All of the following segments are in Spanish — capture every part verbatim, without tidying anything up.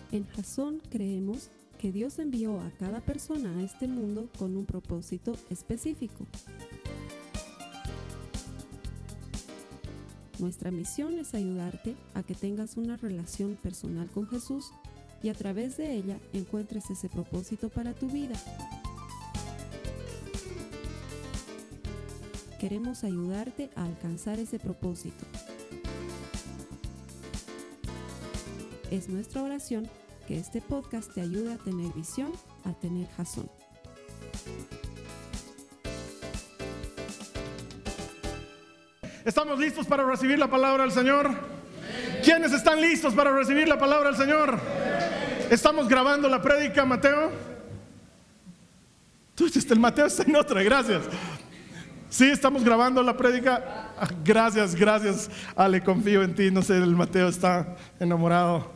En Jasón creemos que Dios envió a cada persona a este mundo con un propósito específico. Nuestra misión es ayudarte a que tengas una relación personal con Jesús y a través de ella encuentres ese propósito para tu vida. Queremos ayudarte a alcanzar ese propósito. Es nuestra oración que este podcast te ayude a tener visión, a tener Jasón. ¿Estamos listos para recibir la palabra del Señor? ¿Quiénes están listos para recibir la palabra del Señor? ¿Estamos grabando la prédica, Mateo? Tú, el Mateo está en otra, gracias. Sí, estamos grabando la prédica. Gracias, gracias, Ale, confío en ti. No sé, el Mateo está enamorado.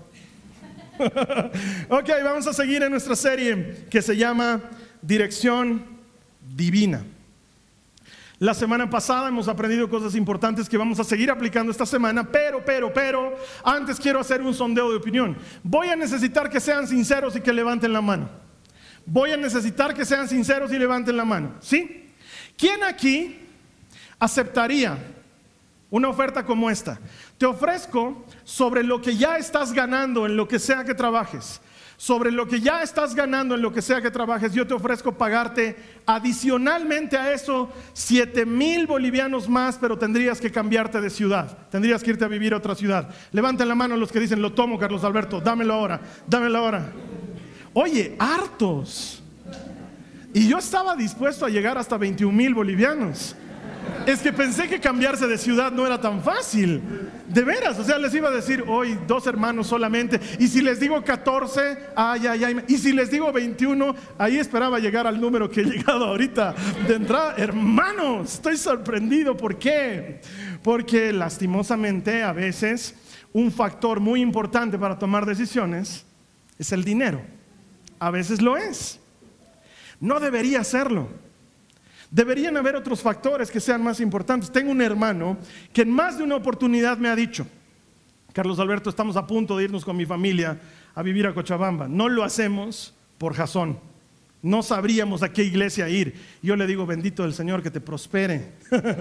Ok, vamos a seguir en nuestra serie que se llama Dirección Divina. La semana pasada hemos aprendido cosas importantes que vamos a seguir aplicando esta semana, pero, pero, pero, antes quiero hacer un sondeo de opinión. Voy a necesitar que sean sinceros y que levanten la mano. Voy a necesitar que sean sinceros y levanten la mano, ¿sí? ¿Quién aquí aceptaría una oferta como esta? Te ofrezco sobre lo que ya estás ganando en lo que sea que trabajes. Sobre lo que ya estás ganando en lo que sea que trabajes, yo te ofrezco pagarte adicionalmente a eso siete mil bolivianos más, pero tendrías que cambiarte de ciudad, tendrías que irte a vivir a otra ciudad. Levanten la mano los que dicen, lo tomo, Carlos Alberto, dámelo ahora, dámelo ahora. Oye, hartos. Y yo estaba dispuesto a llegar hasta veintiún mil bolivianos. Es que pensé que cambiarse de ciudad no era tan fácil. De veras, o sea, les iba a decir hoy dos hermanos solamente. Y si les digo catorce, ay, ay, ay. Y si les digo veintiuno, ahí esperaba llegar al número que he llegado ahorita de entrada. Hermanos, estoy sorprendido. ¿Por qué? Porque lastimosamente a veces un factor muy importante para tomar decisiones es el dinero. A veces lo es. No debería serlo. Deberían haber otros factores que sean más importantes. Tengo un hermano que en más de una oportunidad me ha dicho, Carlos Alberto, estamos a punto de irnos con mi familia a vivir a Cochabamba. No lo hacemos por Jasón. No sabríamos a qué iglesia ir. Yo le digo, bendito el Señor, que te prospere.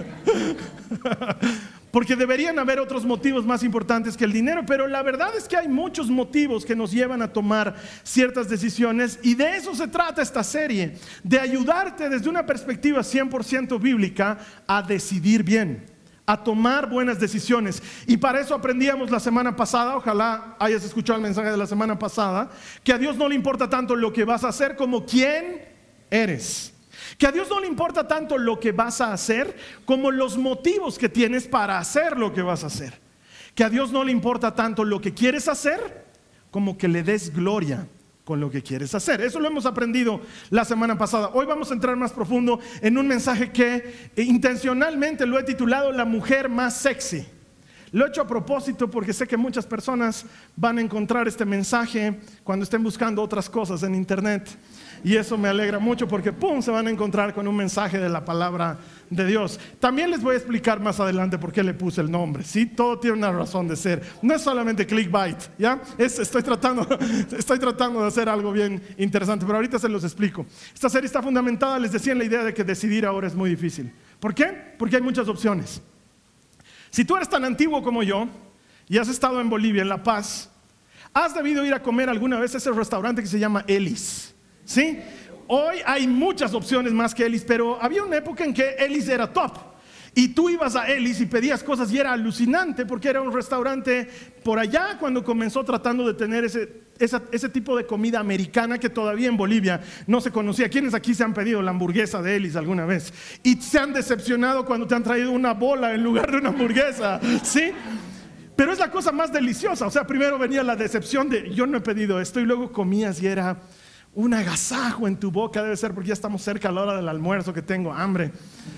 Porque deberían haber otros motivos más importantes que el dinero, pero la verdad es que hay muchos motivos que nos llevan a tomar ciertas decisiones, y de eso se trata esta serie, de ayudarte desde una perspectiva cien por ciento bíblica a decidir bien, a tomar buenas decisiones. Y para eso aprendíamos la semana pasada, ojalá hayas escuchado el mensaje de la semana pasada, que a Dios no le importa tanto lo que vas a hacer como quién eres. Que a Dios no le importa tanto lo que vas a hacer como los motivos que tienes para hacer lo que vas a hacer. Que a Dios no le importa tanto lo que quieres hacer como que le des gloria con lo que quieres hacer. Eso lo hemos aprendido la semana pasada. Hoy vamos a entrar más profundo en un mensaje que intencionalmente lo he titulado La mujer más sexy. Lo he hecho a propósito porque sé que muchas personas van a encontrar este mensaje cuando estén buscando otras cosas en internet. Y eso me alegra mucho porque pum, se van a encontrar con un mensaje de la palabra de Dios. También les voy a explicar más adelante por qué le puse el nombre, ¿sí? Todo tiene una razón de ser. No es solamente clickbait, ¿ya? Es, estoy, tratando, estoy tratando de hacer algo bien interesante, pero ahorita se los explico. Esta serie está fundamentada, les decía, en la idea de que decidir ahora es muy difícil. ¿Por qué? Porque hay muchas opciones. Si tú eres tan antiguo como yo y has estado en Bolivia, en La Paz, has debido ir a comer alguna vez a ese restaurante que se llama Elis, ¿sí? Hoy hay muchas opciones más que Elis, pero había una época en que Elis era top. Y tú ibas a Elis y pedías cosas y era alucinante porque era un restaurante por allá cuando comenzó tratando de tener ese, esa, ese tipo de comida americana que todavía en Bolivia no se conocía. ¿Quiénes aquí se han pedido la hamburguesa de Elis alguna vez? Y se han decepcionado cuando te han traído una bola en lugar de una hamburguesa, ¿sí? Pero es la cosa más deliciosa. O sea, primero venía la decepción de yo no he pedido esto, y luego comías y era un agasajo en tu boca. Debe ser porque ya estamos cerca a la hora del almuerzo, que tengo hambre.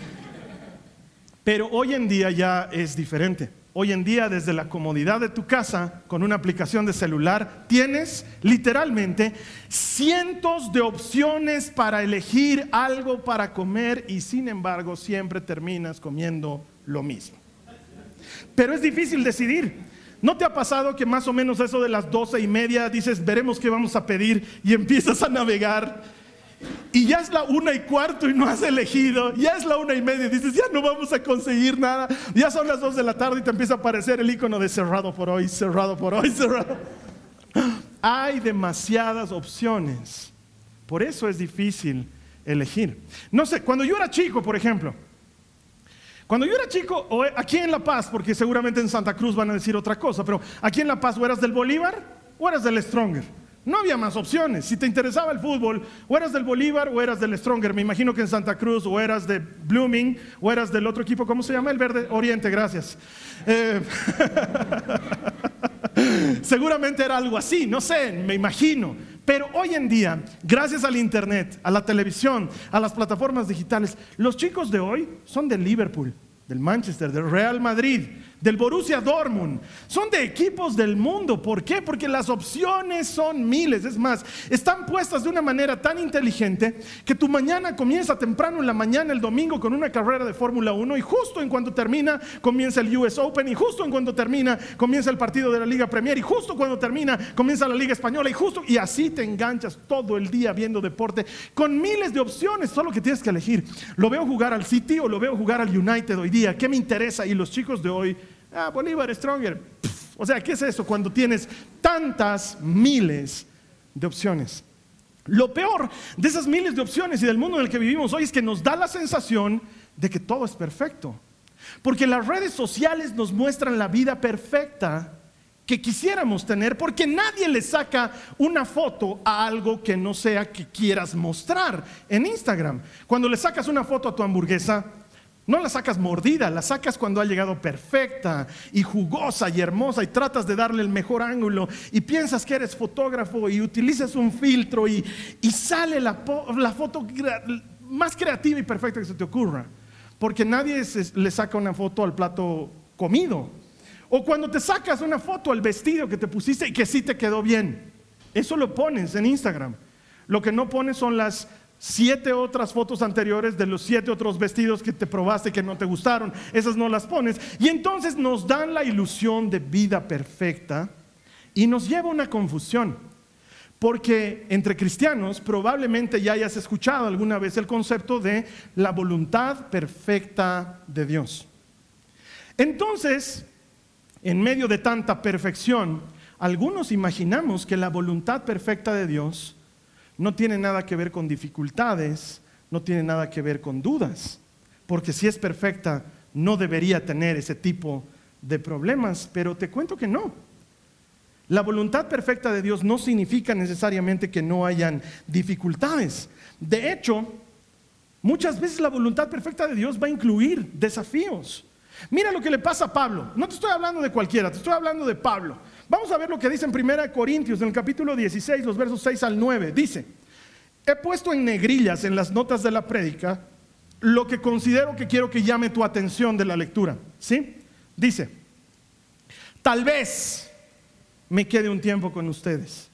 Pero hoy en día ya es diferente. Hoy en día, desde la comodidad de tu casa, con una aplicación de celular, tienes literalmente cientos de opciones para elegir algo para comer, y sin embargo siempre terminas comiendo lo mismo. Pero es difícil decidir. ¿No te ha pasado que más o menos eso de las doce y media dices, veremos qué vamos a pedir, y empiezas a navegar y ya es la una y cuarto y no has elegido, ya es la una y media y dices, ya no vamos a conseguir nada, ya son las dos de la tarde y te empieza a aparecer el icono de cerrado por hoy, cerrado por hoy, cerrado? Hay demasiadas opciones, por eso es difícil elegir. No sé, cuando yo era chico, por ejemplo, cuando yo era chico, o aquí en La Paz, porque seguramente en Santa Cruz van a decir otra cosa, pero aquí en La Paz o eras del Bolívar o eras del Stronger. No había más opciones. Si te interesaba el fútbol, o eras del Bolívar o eras del Stronger. Me imagino que en Santa Cruz o eras de Blooming o eras del otro equipo, ¿cómo se llama? El Verde Oriente, gracias. Eh, seguramente era algo así, no sé, me imagino. Pero hoy en día, gracias al internet, a la televisión, a las plataformas digitales, los chicos de hoy son del Liverpool, del Manchester, del Real Madrid, del Borussia Dortmund. Son de equipos del mundo. ¿Por qué? Porque las opciones son miles. Es más, están puestas de una manera tan inteligente que tu mañana comienza temprano en la mañana el domingo con una carrera de Fórmula uno, y justo en cuando termina comienza el U S Open, y justo en cuando termina comienza el partido de la Liga Premier, y justo cuando termina comienza la Liga Española, y justo y así te enganchas todo el día viendo deporte con miles de opciones. Solo que tienes que elegir. ¿Lo veo jugar al City o lo veo jugar al United hoy día? ¿Qué me interesa? Y los chicos de hoy, ah, Bolívar, Stronger. Pff, o sea, ¿qué es eso cuando tienes tantas miles de opciones? Lo peor de esas miles de opciones y del mundo en el que vivimos hoy es que nos da la sensación de que todo es perfecto. Porque las redes sociales nos muestran la vida perfecta que quisiéramos tener, porque nadie le saca una foto a algo que no sea que quieras mostrar en Instagram. Cuando le sacas una foto a tu hamburguesa, no la sacas mordida, la sacas cuando ha llegado perfecta y jugosa y hermosa, y tratas de darle el mejor ángulo y piensas que eres fotógrafo y utilizas un filtro y, y sale la, la foto más creativa y perfecta que se te ocurra, porque nadie se, le saca una foto al plato comido. O cuando te sacas una foto al vestido que te pusiste y que sí te quedó bien, eso lo pones en Instagram. Lo que no pones son las siete otras fotos anteriores de los siete otros vestidos que te probaste que no te gustaron. Esas no las pones. Y entonces nos dan la ilusión de vida perfecta y nos lleva a una confusión. Porque entre cristianos probablemente ya hayas escuchado alguna vez el concepto de la voluntad perfecta de Dios. Entonces, en medio de tanta perfección, algunos imaginamos que la voluntad perfecta de Dios no tiene nada que ver con dificultades, no tiene nada que ver con dudas, porque si es perfecta no debería tener ese tipo de problemas. Pero te cuento que no. La voluntad perfecta de Dios no significa necesariamente que no hayan dificultades. De hecho, muchas veces la voluntad perfecta de Dios va a incluir desafíos. Mira lo que le pasa a Pablo. No te estoy hablando de cualquiera, te estoy hablando de Pablo. Vamos a ver lo que dice en primera de Corintios, en el capítulo dieciséis, los versos seis al nueve. Dice: he puesto en negrillas en las notas de la prédica lo que considero que quiero que llame tu atención de la lectura. ¿Sí? Dice: tal vez me quede un tiempo con ustedes,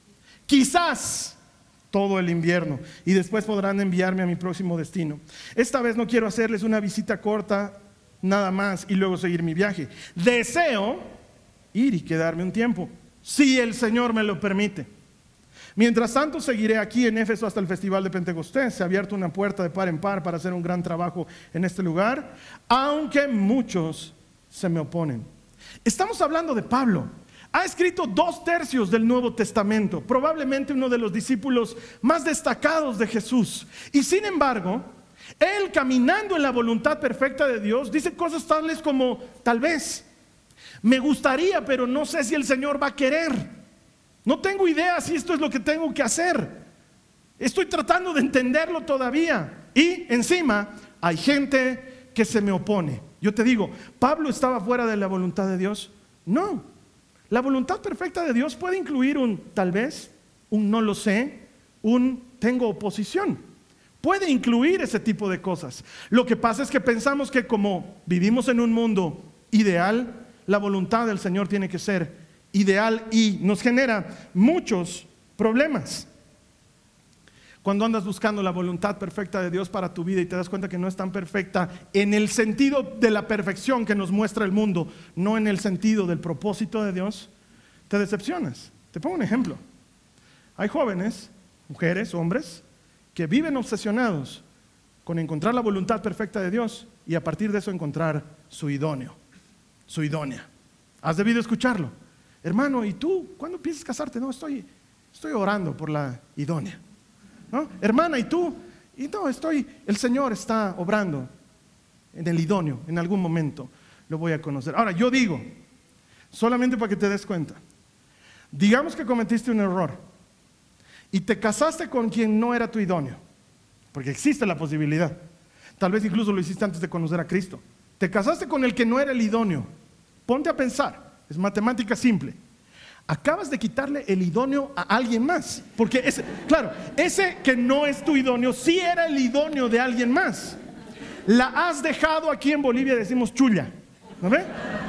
quizás todo el invierno, y después podrán enviarme a mi próximo destino. Esta vez no quiero hacerles una visita corta nada más y luego seguir mi viaje. Deseo ir y quedarme un tiempo, si el Señor me lo permite. Mientras tanto seguiré aquí en Éfeso hasta el festival de Pentecostés. Se ha abierto una puerta de par en par para hacer un gran trabajo en este lugar, aunque muchos se me oponen. Estamos hablando de Pablo. Ha escrito dos tercios del Nuevo Testamento, probablemente uno de los discípulos más destacados de Jesús. Y sin embargo, él, caminando en la voluntad perfecta de Dios, dice cosas tales como: tal vez, me gustaría, pero no sé si el Señor va a querer. No tengo idea si esto es lo que tengo que hacer. Estoy tratando de entenderlo todavía. Y encima hay gente que se me opone. Yo te digo, ¿Pablo estaba fuera de la voluntad de Dios? No. La voluntad perfecta de Dios puede incluir un tal vez, un no lo sé, un tengo oposición. Puede incluir ese tipo de cosas. Lo que pasa es que pensamos que como vivimos en un mundo ideal, la voluntad del Señor tiene que ser ideal y nos genera muchos problemas. Cuando andas buscando la voluntad perfecta de Dios para tu vida y te das cuenta que no es tan perfecta en el sentido de la perfección que nos muestra el mundo, no en el sentido del propósito de Dios, te decepcionas. Te pongo un ejemplo. Hay jóvenes, mujeres, hombres, que viven obsesionados con encontrar la voluntad perfecta de Dios y a partir de eso encontrar su idóneo, su idónea. Has debido escucharlo. Hermano, ¿y tú cuándo piensas casarte? No, estoy, estoy orando por la idónea. ¿No? Hermana, ¿y tú? Y no, estoy, el Señor está obrando en el idóneo, en algún momento lo voy a conocer. Ahora, yo digo, solamente para que te des cuenta, digamos que cometiste un error y te casaste con quien no era tu idóneo, porque existe la posibilidad, tal vez incluso lo hiciste antes de conocer a Cristo, te casaste con el que no era el idóneo, ponte a pensar, es matemática simple. Acabas de quitarle el idóneo a alguien más, porque ese, claro, ese que no es tu idóneo, sí era el idóneo de alguien más. La has dejado, aquí en Bolivia decimos chulla, ¿no ve?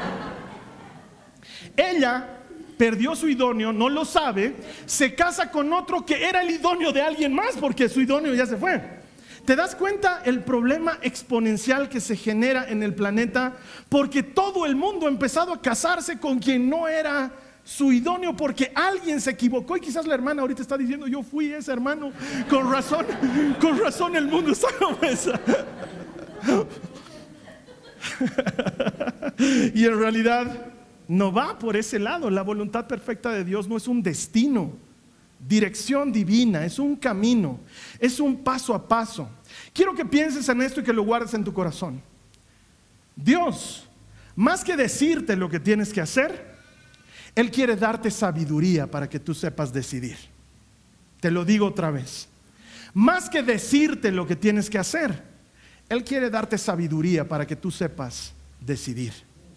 Ella perdió su idóneo, no lo sabe, se casa con otro que era el idóneo de alguien más, porque su idóneo ya se fue. ¿Te das cuenta el problema exponencial que se genera en el planeta? Porque todo el mundo ha empezado a casarse con quien no era su idóneo porque alguien se equivocó y quizás la hermana ahorita está diciendo yo fui ese hermano, con razón, con razón el mundo está como esa. Y en realidad no va por ese lado. La voluntad perfecta de Dios no es un destino, dirección divina, es un camino, es un paso a paso. Quiero que pienses en esto y que lo guardes en tu corazón. Dios, más que decirte lo que tienes que hacer, Él quiere darte sabiduría para que tú sepas decidir. Te lo digo otra vez. Más que decirte lo que tienes que hacer, Él quiere darte sabiduría para que tú sepas decidir.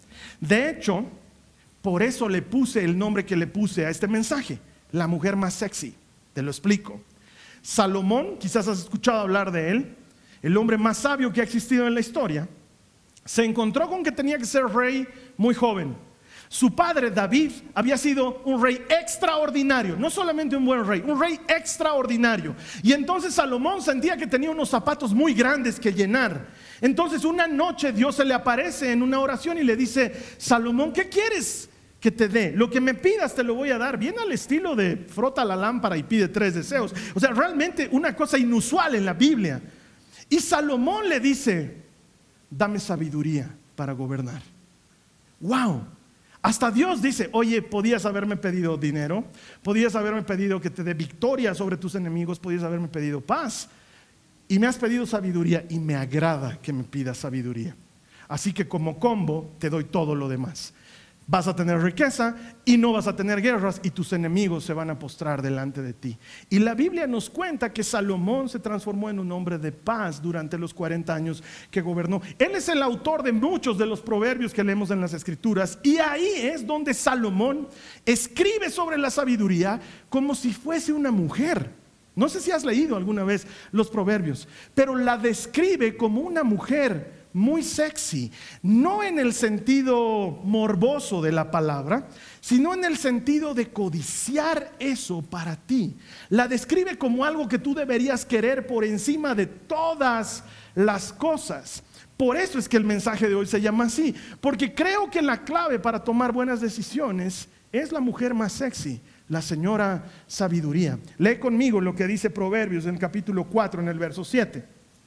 De hecho, por eso le puse el nombre que le puse a este mensaje, la mujer más sexy. Te lo explico. Salomón, quizás has escuchado hablar de él, el hombre más sabio que ha existido en la historia, se encontró con que tenía que ser rey muy joven. Su padre David había sido un rey extraordinario, no solamente un buen rey, un rey extraordinario. Y entonces Salomón sentía que tenía unos zapatos muy grandes que llenar. Entonces una noche Dios se le aparece en una oración y le dice: Salomón, ¿qué quieres que te dé? Lo que me pidas te lo voy a dar. Bien al estilo de frota la lámpara y pide tres deseos. O sea, realmente una cosa inusual en la Biblia. Y Salomón le dice: dame sabiduría para gobernar. ¡Wow! Hasta Dios dice: oye, podías haberme pedido dinero, podías haberme pedido que te dé victoria sobre tus enemigos, podías haberme pedido paz, y me has pedido sabiduría, y me agrada que me pidas sabiduría. Así que como combo te doy todo lo demás. Vas a tener riqueza y no vas a tener guerras, y tus enemigos se van a postrar delante de ti. Y la Biblia nos cuenta que Salomón se transformó en un hombre de paz durante los cuarenta años que gobernó. Él es el autor de muchos de los proverbios que leemos en las Escrituras, y ahí es donde Salomón escribe sobre la sabiduría como si fuese una mujer. No sé si has leído alguna vez los proverbios, pero la describe como una mujer muy sexy, no en el sentido morboso de la palabra, sino en el sentido de codiciar eso para ti. La describe como algo que tú deberías querer por encima de todas las cosas. Por eso es que el mensaje de hoy se llama así, porque creo que la clave para tomar buenas decisiones es la mujer más sexy, la señora sabiduría. Lee conmigo lo que dice Proverbios en el capítulo cuatro, en el verso siete.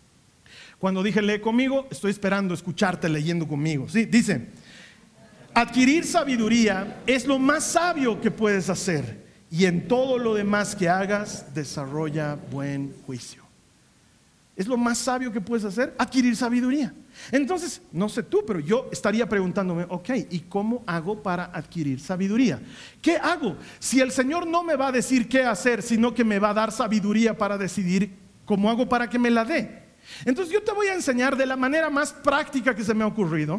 Cuando dije lee conmigo, estoy esperando escucharte leyendo conmigo. Sí, dice: adquirir sabiduría es lo más sabio que puedes hacer, y en todo lo demás que hagas desarrolla buen juicio. Es lo más sabio que puedes hacer, adquirir sabiduría. Entonces, no sé tú, pero yo estaría preguntándome: ok, ¿y cómo hago para adquirir sabiduría? ¿Qué hago? Si el Señor no me va a decir qué hacer, sino que me va a dar sabiduría para decidir, ¿cómo hago para que me la dé? Entonces yo te voy a enseñar de la manera más práctica que se me ha ocurrido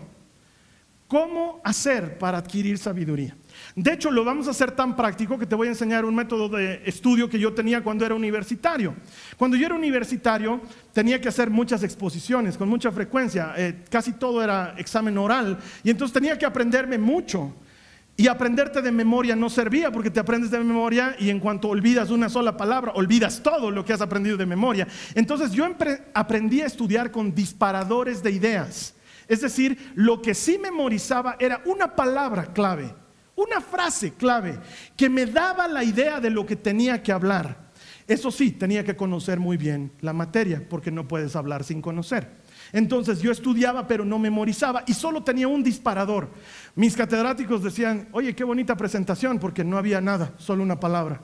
cómo hacer para adquirir sabiduría. De hecho, lo vamos a hacer tan práctico que te voy a enseñar un método de estudio que yo tenía cuando era universitario. Cuando yo era universitario tenía que hacer muchas exposiciones con mucha frecuencia, eh, casi todo era examen oral, y entonces tenía que aprenderme mucho. Y aprenderte de memoria no servía, porque te aprendes de memoria y en cuanto olvidas una sola palabra, olvidas todo lo que has aprendido de memoria. Entonces yo aprendí a estudiar con disparadores de ideas. Es decir, lo que sí memorizaba era una palabra clave, una frase clave que me daba la idea de lo que tenía que hablar. Eso sí, tenía que conocer muy bien la materia, porque no puedes hablar sin conocer. Entonces yo estudiaba pero no memorizaba y solo tenía un disparador. Mis catedráticos decían, oye, qué bonita presentación, porque no había nada, solo una palabra.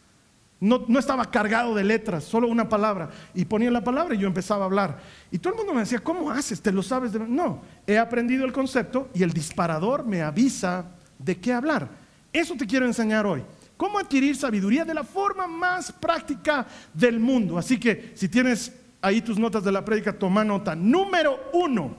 No, no estaba cargado de letras, solo una palabra. Y ponía la palabra y yo empezaba a hablar. Y todo el mundo me decía, ¿cómo haces? ¿Te lo sabes? De... No, he aprendido el concepto y el disparador me avisa de qué hablar. Eso te quiero enseñar hoy. Cómo adquirir sabiduría de la forma más práctica del mundo. Así que si tienes ahí tus notas de la prédica, toma nota. Número uno,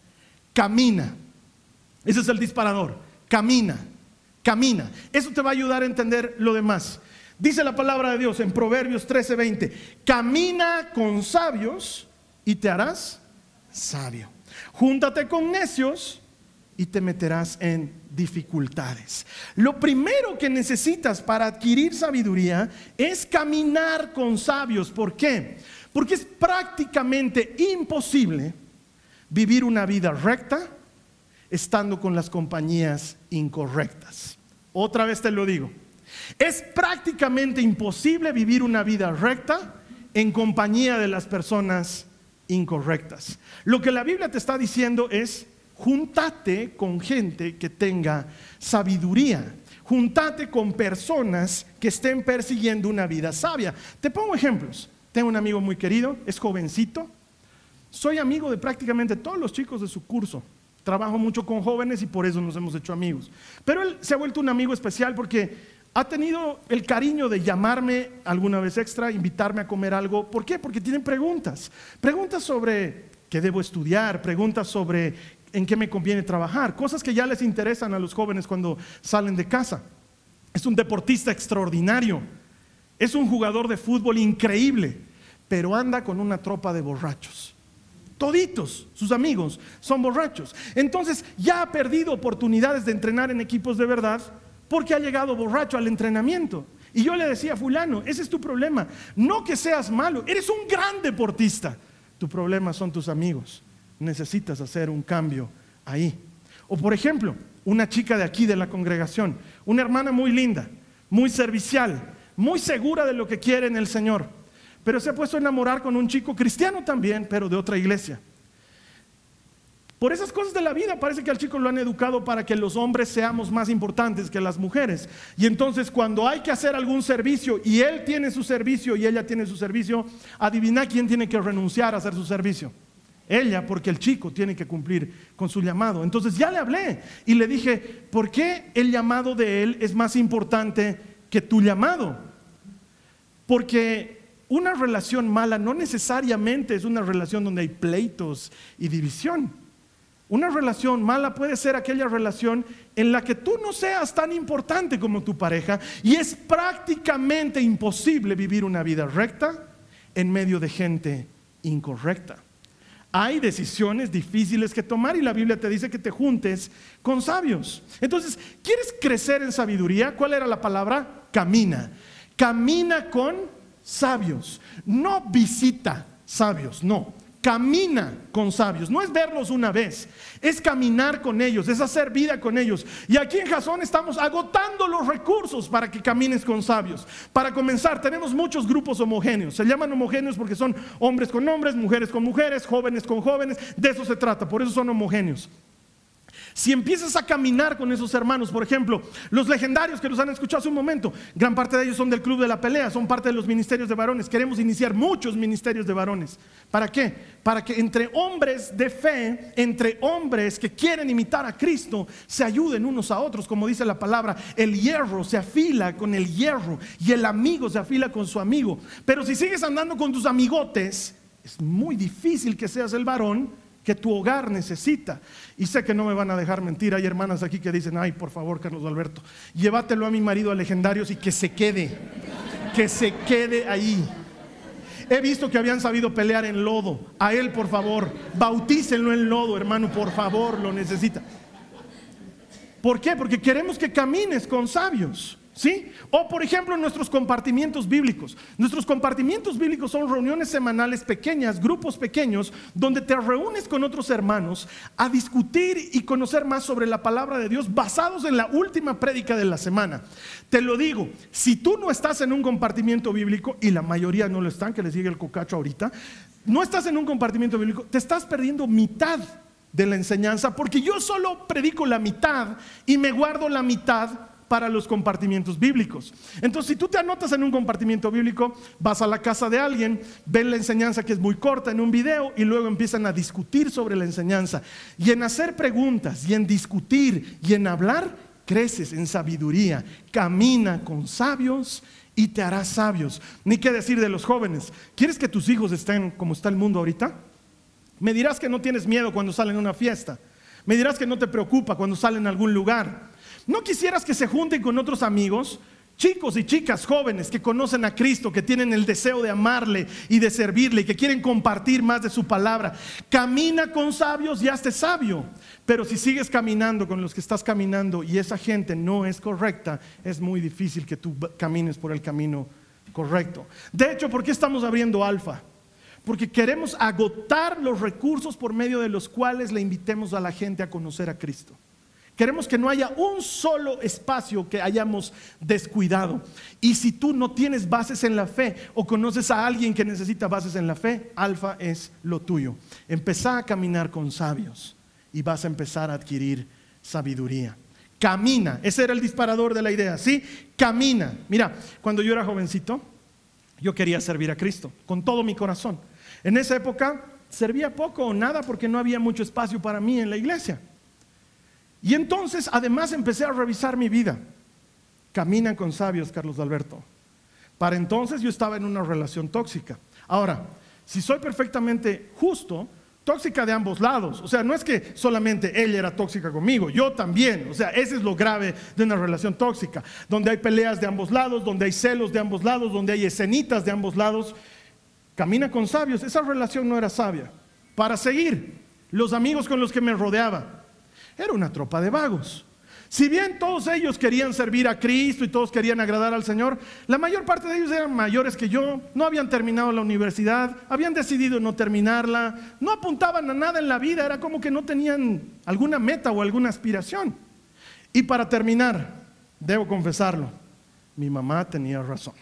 camina. Ese es el disparador. Camina, camina. Eso te va a ayudar a entender lo demás. Dice la palabra de Dios en Proverbios trece veinte, camina con sabios y te harás sabio. Júntate con necios y te meterás en dificultades. Lo primero que necesitas para adquirir sabiduría es caminar con sabios. ¿Por qué? Porque es prácticamente imposible vivir una vida recta estando con las compañías incorrectas. Otra vez te lo digo. Es prácticamente imposible vivir una vida recta en compañía de las personas incorrectas. Lo que la Biblia te está diciendo es: júntate con gente que tenga sabiduría. Júntate con personas que estén persiguiendo una vida sabia. Te pongo ejemplos. Tengo un amigo muy querido, es jovencito. Soy amigo de prácticamente todos los chicos de su curso. Trabajo mucho con jóvenes y por eso nos hemos hecho amigos. Pero él se ha vuelto un amigo especial porque ha tenido el cariño de llamarme alguna vez extra, invitarme a comer algo. ¿Por qué? Porque tienen preguntas. Preguntas sobre qué debo estudiar, preguntas sobre en qué me conviene trabajar, cosas que ya les interesan a los jóvenes cuando salen de casa. Es un deportista extraordinario, es un jugador de fútbol increíble, pero anda con una tropa de borrachos. Toditos sus amigos son borrachos. Entonces ya ha perdido oportunidades de entrenar en equipos de verdad porque ha llegado borracho al entrenamiento. Y yo le decía, fulano, ese es tu problema. No que seas malo, eres un gran deportista. Tu problema son tus amigos. Necesitas hacer un cambio ahí. O por ejemplo, una chica de aquí de la congregación, una hermana muy linda, muy servicial, muy segura de lo que quiere en el Señor, pero se ha puesto a enamorar con un chico cristiano también, pero de otra iglesia. Por esas cosas de la vida parece que al chico lo han educado para que los hombres seamos más importantes que las mujeres. Y entonces cuando hay que hacer algún servicio y él tiene su servicio y ella tiene su servicio, adivina quién tiene que renunciar a hacer su servicio. Ella, porque el chico tiene que cumplir con su llamado. Entonces ya le hablé y le dije, ¿por qué el llamado de él es más importante que tu llamado? Porque una relación mala no necesariamente es una relación donde hay pleitos y división. Una relación mala puede ser aquella relación en la que tú no seas tan importante como tu pareja y es prácticamente imposible vivir una vida recta en medio de gente incorrecta. Hay decisiones difíciles que tomar y la Biblia te dice que te juntes con sabios. Entonces, ¿quieres crecer en sabiduría? ¿Cuál era la palabra? Camina. Camina con sabios. No visita sabios, no. Camina con sabios. No es verlos una vez, es caminar con ellos, es hacer vida con ellos. Y aquí en Jasón estamos agotando los recursos para que camines con sabios. Para comenzar, tenemos muchos grupos homogéneos. Se llaman homogéneos porque son hombres con hombres, mujeres con mujeres, jóvenes con jóvenes. De eso se trata, por eso son homogéneos. Si empiezas a caminar con esos hermanos, por ejemplo, los legendarios que los han escuchado hace un momento, gran parte de ellos son del Club de la Pelea, son parte de los ministerios de varones. Queremos iniciar muchos ministerios de varones. ¿Para qué? Para que entre hombres de fe, entre hombres que quieren imitar a Cristo, se ayuden unos a otros. Como dice la palabra, el hierro se afila con el hierro y el amigo se afila con su amigo. Pero si sigues andando con tus amigotes, es muy difícil que seas el varón que tu hogar necesita. Y sé que no me van a dejar mentir. Hay hermanas aquí que dicen, ay, por favor, Carlos Alberto, llévatelo a mi marido a Legendarios y que se quede, que se quede ahí. He visto que habían sabido pelear en lodo. A él, por favor, bautícenlo en lodo, hermano, por favor, lo necesita. ¿Por qué? Porque queremos que camines con sabios, ¿sí? O por ejemplo nuestros compartimientos bíblicos. Nuestros compartimientos bíblicos son reuniones semanales pequeñas, grupos pequeños, donde te reúnes con otros hermanos a discutir y conocer más sobre la palabra de Dios basados en la última prédica de la semana. Te lo digo, si tú no estás en un compartimiento bíblico, y la mayoría no lo están, que les llegue el cocacho ahorita, no estás en un compartimiento bíblico, te estás perdiendo mitad de la enseñanza, porque yo solo predico la mitad y me guardo la mitad para los compartimientos bíblicos. Entonces, si tú te anotas en un compartimiento bíblico, vas a la casa de alguien, ven la enseñanza que es muy corta en un video y luego empiezan a discutir sobre la enseñanza. Y en hacer preguntas y en discutir y en hablar, creces en sabiduría. Camina con sabios y te harás sabios. Ni qué decir de los jóvenes. ¿Quieres que tus hijos estén como está el mundo ahorita? Me dirás que no tienes miedo cuando salen a una fiesta. Me dirás que no te preocupa cuando salen a algún lugar. ¿No quisieras que se junten con otros amigos, chicos y chicas jóvenes que conocen a Cristo, que tienen el deseo de amarle y de servirle y que quieren compartir más de su palabra? Camina con sabios y hazte sabio. Pero si sigues caminando con los que estás caminando y esa gente no es correcta, es muy difícil que tú camines por el camino correcto. De hecho, ¿por qué estamos abriendo Alfa? Porque queremos agotar los recursos por medio de los cuales le invitemos a la gente a conocer a Cristo. Queremos que no haya un solo espacio que hayamos descuidado. Y si tú no tienes bases en la fe o conoces a alguien que necesita bases en la fe, Alfa es lo tuyo. Empezá a caminar con sabios y vas a empezar a adquirir sabiduría. Camina, ese era el disparador de la idea, ¿sí? Camina. Mira, cuando yo era jovencito, yo quería servir a Cristo con todo mi corazón. En esa época servía poco o nada porque no había mucho espacio para mí en la iglesia. Y entonces además empecé a revisar mi vida. Camina con sabios, Carlos Alberto. Para entonces yo estaba en una relación tóxica. Ahora, si soy perfectamente justo, tóxica de ambos lados. O sea, no es que solamente ella era tóxica conmigo, yo también. O sea, ese es lo grave de una relación tóxica, donde hay peleas de ambos lados, donde hay celos de ambos lados, donde hay escenitas de ambos lados. Camina con sabios. Esa relación no era sabia. Para seguir, los amigos con los que me rodeaba, era una tropa de vagos. Si bien todos ellos querían servir a Cristo y todos querían agradar al Señor, la mayor parte de ellos eran mayores que yo, no habían terminado la universidad, habían decidido no terminarla, no apuntaban a nada en la vida, era como que no tenían alguna meta o alguna aspiración. Y para terminar, debo confesarlo, mi mamá tenía razón.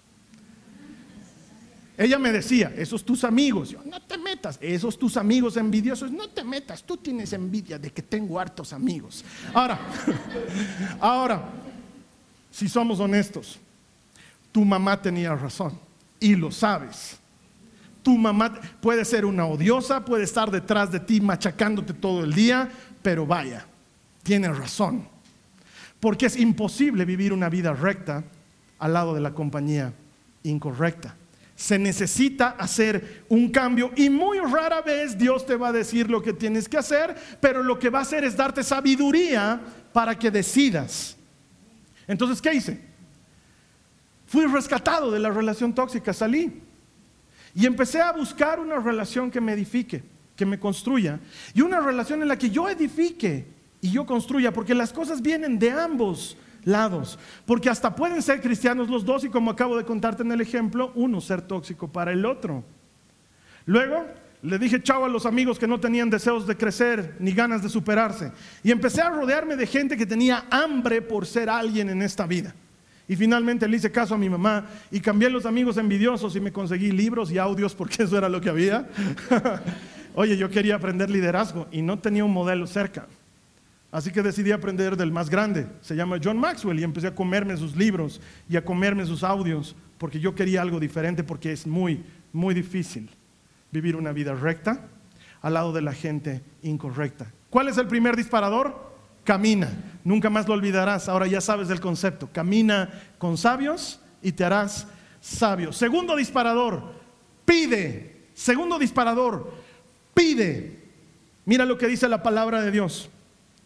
Ella me decía, esos tus amigos, yo, no te metas, esos tus amigos envidiosos, no te metas, tú tienes envidia de que tengo hartos amigos. Ahora, ahora, si somos honestos, tu mamá tenía razón y lo sabes. Tu mamá puede ser una odiosa, puede estar detrás de ti machacándote todo el día, pero vaya, tiene razón. Porque es imposible vivir una vida recta al lado de la compañía incorrecta. Se necesita hacer un cambio y muy rara vez Dios te va a decir lo que tienes que hacer, pero lo que va a hacer es darte sabiduría para que decidas. Entonces, ¿qué hice? Fui rescatado de la relación tóxica, salí y empecé a buscar una relación que me edifique, que me construya, y una relación en la que yo edifique y yo construya, porque las cosas vienen de ambos lados, porque hasta pueden ser cristianos los dos y, como acabo de contarte en el ejemplo, uno ser tóxico para el otro. Luego le dije chao a los amigos que no tenían deseos de crecer ni ganas de superarse, y empecé a rodearme de gente que tenía hambre por ser alguien en esta vida. Y finalmente le hice caso a mi mamá y cambié los amigos envidiosos y me conseguí libros y audios, porque eso era lo que había. Oye, yo quería aprender liderazgo y no tenía un modelo cerca. Así que decidí aprender del más grande, se llama John Maxwell, y empecé a comerme sus libros y a comerme sus audios, porque yo quería algo diferente, porque es muy, muy difícil vivir una vida recta al lado de la gente incorrecta. ¿Cuál es el primer disparador? Camina, nunca más lo olvidarás, ahora ya sabes del concepto. Camina con sabios y te harás sabio. Segundo disparador, pide. Segundo disparador, pide. Mira lo que dice la palabra de Dios.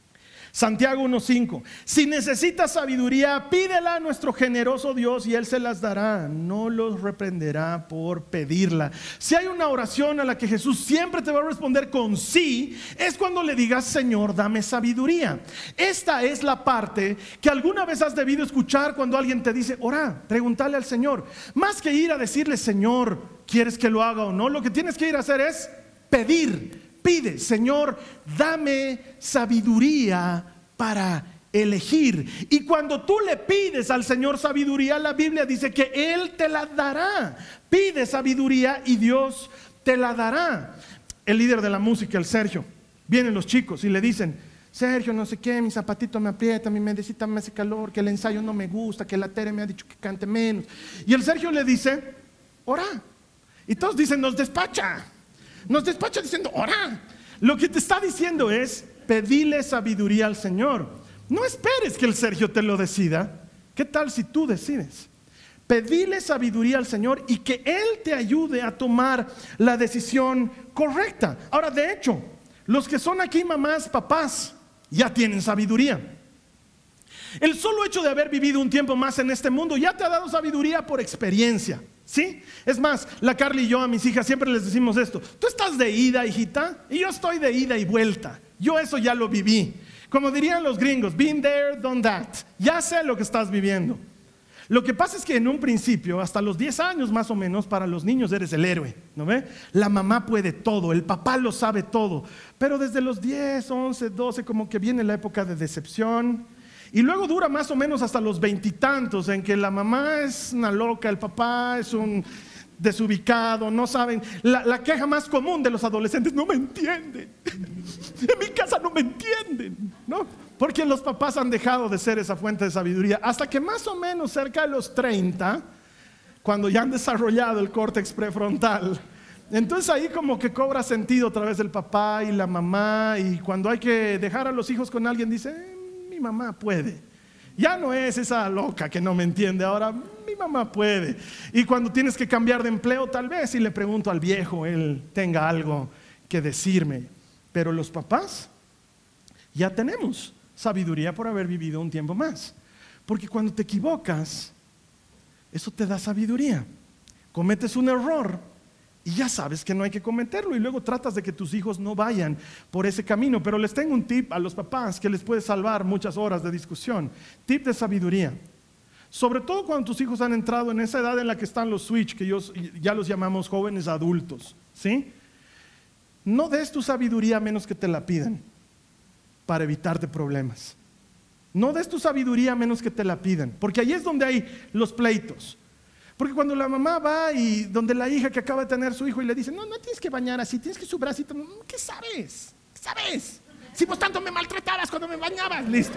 Santiago uno cinco. Si necesitas sabiduría, pídela a nuestro generoso Dios y Él se las dará. No los reprenderá por pedirla. Si hay una oración a la que Jesús siempre te va a responder con sí, es cuando le digas: Señor, dame sabiduría. Esta es la parte que alguna vez has debido escuchar cuando alguien te dice: ora, pregúntale al Señor. Más que ir a decirle: Señor, ¿quieres que lo haga o no? Lo que tienes que ir a hacer es pedir. Pide: Señor, dame sabiduría para elegir. Y cuando tú le pides al Señor sabiduría, la Biblia dice que Él te la dará. Pide sabiduría y Dios te la dará. El líder de la música, el Sergio, vienen los chicos y le dicen: Sergio, no sé qué, mi zapatito me aprieta, mi medecita me hace calor, que el ensayo no me gusta, que la Tere me ha dicho que cante menos. Y el Sergio le dice: ora. Y todos dicen: nos despacha. Nos despacha diciendo: ora. Lo que te está diciendo es: pedile sabiduría al Señor. No esperes que el Sergio te lo decida. ¿Qué tal si tú decides? Pedile sabiduría al Señor y que Él te ayude a tomar la decisión correcta. Ahora, de hecho, los que son aquí mamás, papás, ya tienen sabiduría. El solo hecho de haber vivido un tiempo más en este mundo ya te ha dado sabiduría por experiencia. ¿Sí? Es más, la Carly y yo a mis hijas siempre les decimos esto: tú estás de ida, hijita, y yo estoy de ida y vuelta. Yo eso ya lo viví. Como dirían los gringos, been there, done that. Ya sé lo que estás viviendo. Lo que pasa es que en un principio, hasta los diez años más o menos, para los niños eres el héroe, ¿no ve? La mamá puede todo, el papá lo sabe todo. Pero desde los diez, once, doce, como que viene la época de decepción. Y luego dura más o menos hasta los veintitantos, en que la mamá es una loca, el papá es un desubicado, no saben. La, la queja más común de los adolescentes: no me entienden. En mi casa no me entienden, ¿no? Porque los papás han dejado de ser esa fuente de sabiduría. Hasta que más o menos cerca de los treinta, cuando ya han desarrollado el córtex prefrontal, entonces ahí como que cobra sentido otra vez el papá y la mamá. Y cuando hay que dejar a los hijos con alguien, dice: eh, mi mamá puede. Ya no es esa loca que no me entiende, ahora mi mamá puede. Y cuando tienes que cambiar de empleo, tal vez si le pregunto al viejo, él tenga algo que decirme. Pero los papás ya tenemos sabiduría por haber vivido un tiempo más. Porque cuando te equivocas, eso te da sabiduría. Cometes un error y ya sabes que no hay que cometerlo, y luego tratas de que tus hijos no vayan por ese camino. Pero les tengo un tip a los papás que les puede salvar muchas horas de discusión. Tip de sabiduría. Sobre todo cuando tus hijos han entrado en esa edad en la que están los switch, que yo, ya los llamamos jóvenes adultos, ¿sí? No des tu sabiduría a menos que te la pidan, para evitarte problemas. No des tu sabiduría a menos que te la pidan, porque ahí es donde hay los pleitos. Porque cuando la mamá va y donde la hija que acaba de tener su hijo y le dice: no, no tienes que bañar así, tienes que su bracito. ¿Qué sabes? ¿Qué sabes? Si vos tanto me maltratabas cuando me bañabas. Listo.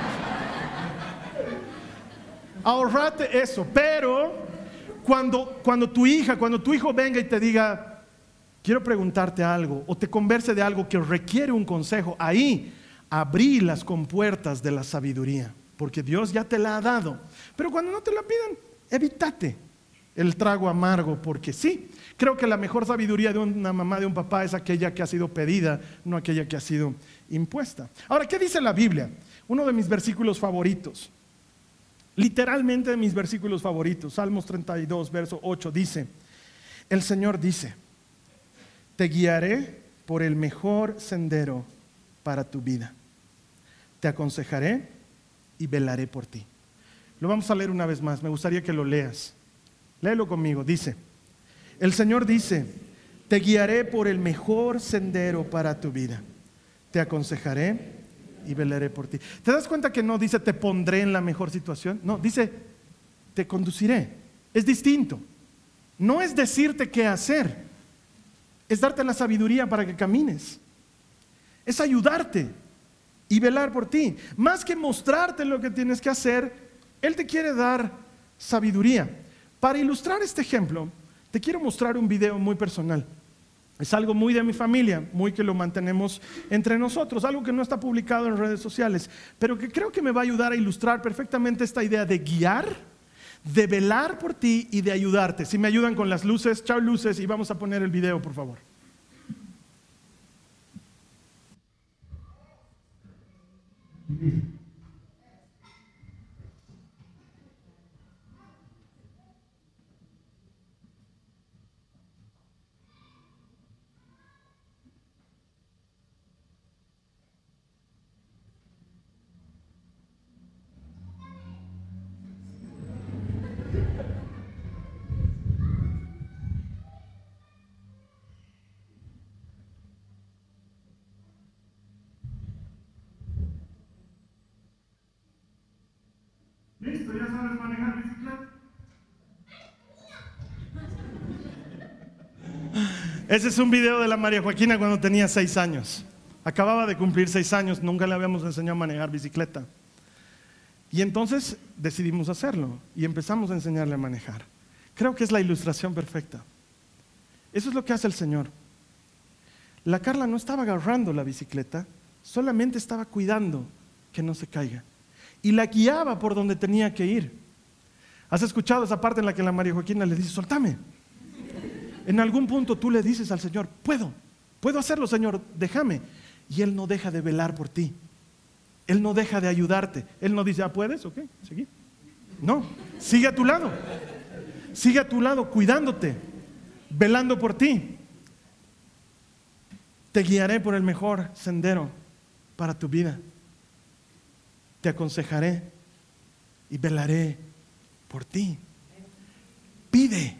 Ahorrate eso. Pero cuando, cuando tu hija, cuando tu hijo venga y te diga: quiero preguntarte algo, o te converse de algo que requiere un consejo, ahí abrí las compuertas de la sabiduría, porque Dios ya te la ha dado. Pero cuando no te la pidan, evítate el trago amargo, porque sí, creo que la mejor sabiduría de una mamá, de un papá, es aquella que ha sido pedida, no aquella que ha sido impuesta. Ahora, ¿qué dice la Biblia? Uno de mis versículos favoritos, literalmente de mis versículos favoritos, Salmos treinta y dos, verso ocho, dice: el Señor dice: te guiaré por el mejor sendero para tu vida, te aconsejaré y velaré por ti. Lo vamos a leer una vez más, me gustaría que lo leas. Léelo conmigo. Dice: el Señor dice: te guiaré por el mejor sendero para tu vida, te aconsejaré y velaré por ti. ¿Te das cuenta que no dice te pondré en la mejor situación? No, dice te conduciré. Es distinto. No es decirte qué hacer, es darte la sabiduría para que camines. Es ayudarte y velar por ti. Más que mostrarte lo que tienes que hacer, Él te quiere dar sabiduría. Para ilustrar este ejemplo, te quiero mostrar un video muy personal. Es algo muy de mi familia, muy que lo mantenemos entre nosotros, algo que no está publicado en redes sociales, pero que creo que me va a ayudar a ilustrar perfectamente esta idea de guiar, de velar por ti y de ayudarte. Si me ayudan con las luces, chao luces, y vamos a poner el video, por favor. Listo, ya sabes manejar bicicleta. Ese es un video de la María Joaquina cuando tenía seis años. Acababa de cumplir seis años, nunca le habíamos enseñado a manejar bicicleta. Y entonces decidimos hacerlo y empezamos a enseñarle a manejar. Creo que es la ilustración perfecta. Eso es lo que hace el Señor. La Carla no estaba agarrando la bicicleta, solamente estaba cuidando que no se caiga. Y la guiaba por donde tenía que ir. ¿Has escuchado esa parte en la que la María Joaquina le dice, soltame? En algún punto tú le dices al Señor, puedo, puedo hacerlo, Señor, déjame. Y Él no deja de velar por ti. Él no deja de ayudarte. Él no dice, ah, ¿puedes? Ok, seguí. No, sigue a tu lado. Sigue a tu lado, cuidándote, velando por ti. Te guiaré por el mejor sendero para tu vida. Te aconsejaré y velaré por ti. Pide,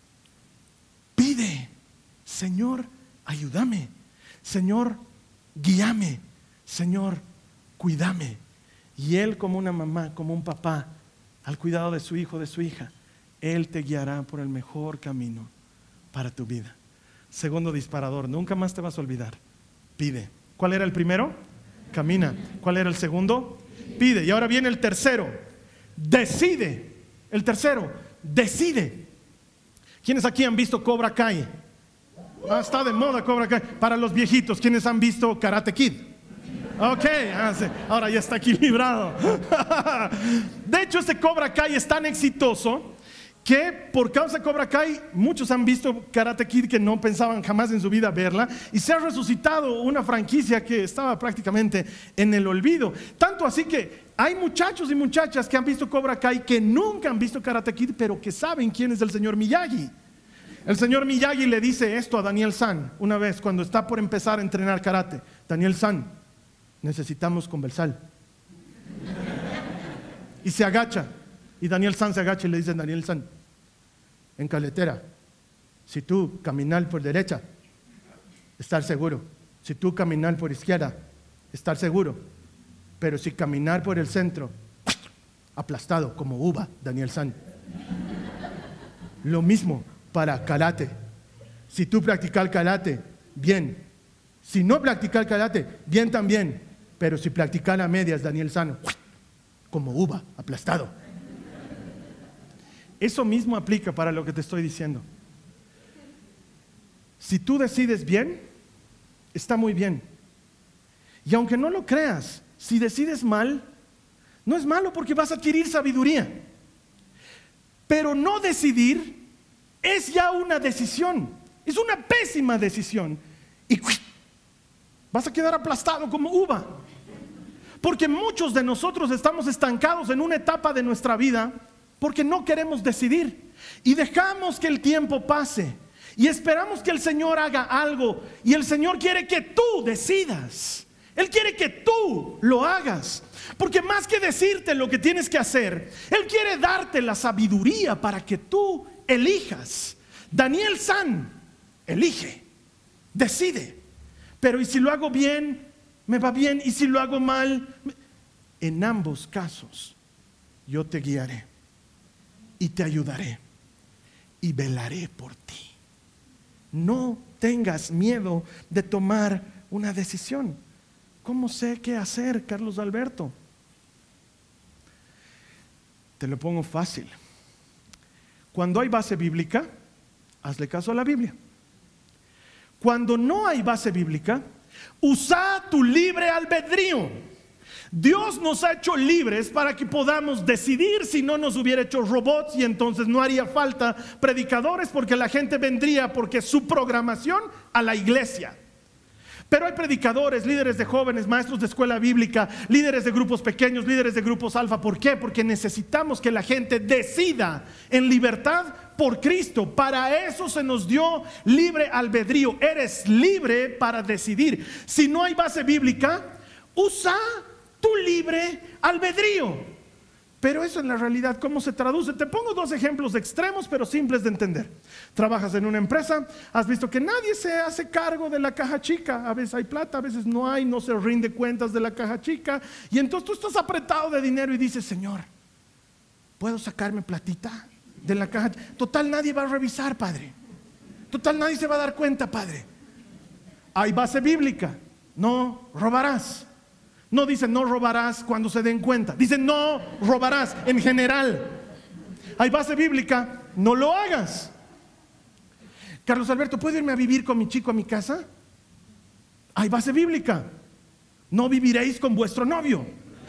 pide, Señor, ayúdame. Señor, guíame. Señor, cuídame. Y Él, como una mamá, como un papá, al cuidado de su hijo, de su hija, Él te guiará por el mejor camino para tu vida. Segundo disparador, nunca más te vas a olvidar. Pide. ¿Cuál era el primero? Camina. ¿Cuál era el segundo? Pide. Y ahora viene el tercero. Decide. El tercero, decide. ¿Quiénes aquí han visto Cobra Kai? Ah, está de moda Cobra Kai. Para los viejitos, ¿quiénes han visto Karate Kid? Ok, ah, sí. Ahora ya está equilibrado. De hecho, este Cobra Kai es tan exitoso que por causa de Cobra Kai muchos han visto Karate Kid que no pensaban jamás en su vida verla, y se ha resucitado una franquicia que estaba prácticamente en el olvido. Tanto así que hay muchachos y muchachas que han visto Cobra Kai que nunca han visto Karate Kid, pero que saben quién es el señor Miyagi. El señor Miyagi le dice esto a Daniel San una vez cuando está por empezar a entrenar karate. Daniel San, necesitamos conversar. Y se agacha. Y Daniel San se agacha y le dice a Daniel San, en carretera, si tú caminar por derecha, estar seguro. Si tú caminar por izquierda, estar seguro. Pero si caminar por el centro, aplastado como uva, Daniel San. Lo mismo para karate. Si tú practicas karate, bien. Si no practicas karate, bien también. Pero si practicas a medias, Daniel San, como uva, aplastado. Eso mismo aplica para lo que te estoy diciendo. Si tú decides bien, está muy bien. Y aunque no lo creas, si decides mal, no es malo porque vas a adquirir sabiduría. Pero no decidir es ya una decisión. Es una pésima decisión. Y vas a quedar aplastado como uva. Porque muchos de nosotros estamos estancados en una etapa de nuestra vida porque no queremos decidir y dejamos que el tiempo pase y esperamos que el Señor haga algo, y el Señor quiere que tú decidas. Él quiere que tú lo hagas, porque más que decirte lo que tienes que hacer, Él quiere darte la sabiduría para que tú elijas. Daniel San elige, decide. Pero ¿y si lo hago bien? Me va bien. ¿Y si lo hago mal? En ambos casos yo te guiaré y te ayudaré y velaré por ti. No tengas miedo de tomar una decisión. ¿Cómo sé qué hacer, Carlos Alberto? Te lo pongo fácil. Cuando hay base bíblica, hazle caso a la Biblia. Cuando no hay base bíblica, usa tu libre albedrío. Dios nos ha hecho libres para que podamos decidir. Si no, nos hubiera hecho robots y entonces no haría falta predicadores, porque la gente vendría porque su programación a la iglesia. Pero hay predicadores, líderes de jóvenes, maestros de escuela bíblica, líderes de grupos pequeños, líderes de grupos alfa. ¿Por qué? Porque necesitamos que la gente decida en libertad por Cristo. Para eso se nos dio libre albedrío. Eres libre para decidir. Si no hay base bíblica, usa tu libre albedrío. Pero eso en la realidad, ¿cómo se traduce? Te pongo dos ejemplos extremos pero simples de entender. Trabajas en una empresa, has visto que nadie se hace cargo de la caja chica. A veces hay plata, a veces no hay, no se rinde cuentas de la caja chica. Y entonces tú estás apretado de dinero y dices, Señor, ¿puedo sacarme platita de la caja? Total, nadie va a revisar, Padre. Total, nadie se va a dar cuenta, Padre. Hay base bíblica, no robarás. No dice no robarás cuando se den cuenta. Dice no robarás en general. Hay base bíblica, no lo hagas. Carlos Alberto, ¿puedo irme a vivir con mi chico a mi casa? Hay base bíblica. No viviréis con vuestro novio.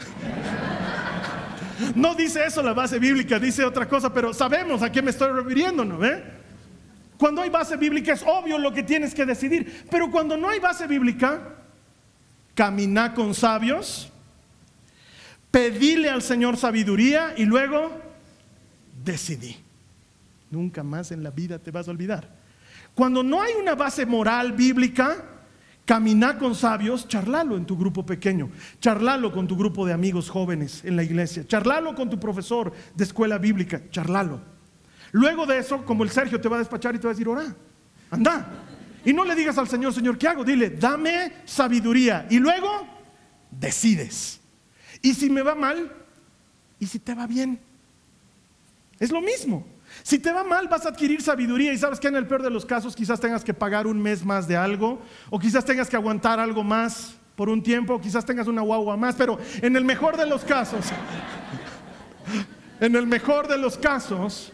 No dice eso la base bíblica, dice otra cosa, pero sabemos a qué me estoy refiriendo, ¿no ve? Cuando hay base bíblica es obvio lo que tienes que decidir. Pero cuando no hay base bíblica, caminá con sabios, pedile al Señor sabiduría y luego decidí. Nunca más en la vida te vas a olvidar. Cuando no hay una base moral bíblica, caminá con sabios, charlalo en tu grupo pequeño, charlalo con tu grupo de amigos jóvenes en la iglesia, charlalo con tu profesor de escuela bíblica, charlalo. Luego de eso, como el Sergio te va a despachar y te va a decir, ora, anda. Y no le digas al Señor, Señor, ¿qué hago? Dile, dame sabiduría. Y luego, decides. Y si me va mal, y si te va bien, es lo mismo. Si te va mal, vas a adquirir sabiduría. Y sabes que en el peor de los casos, quizás tengas que pagar un mes más de algo, o quizás tengas que aguantar algo más por un tiempo, o quizás tengas una guagua más. Pero en el mejor de los casos, en el mejor de los casos,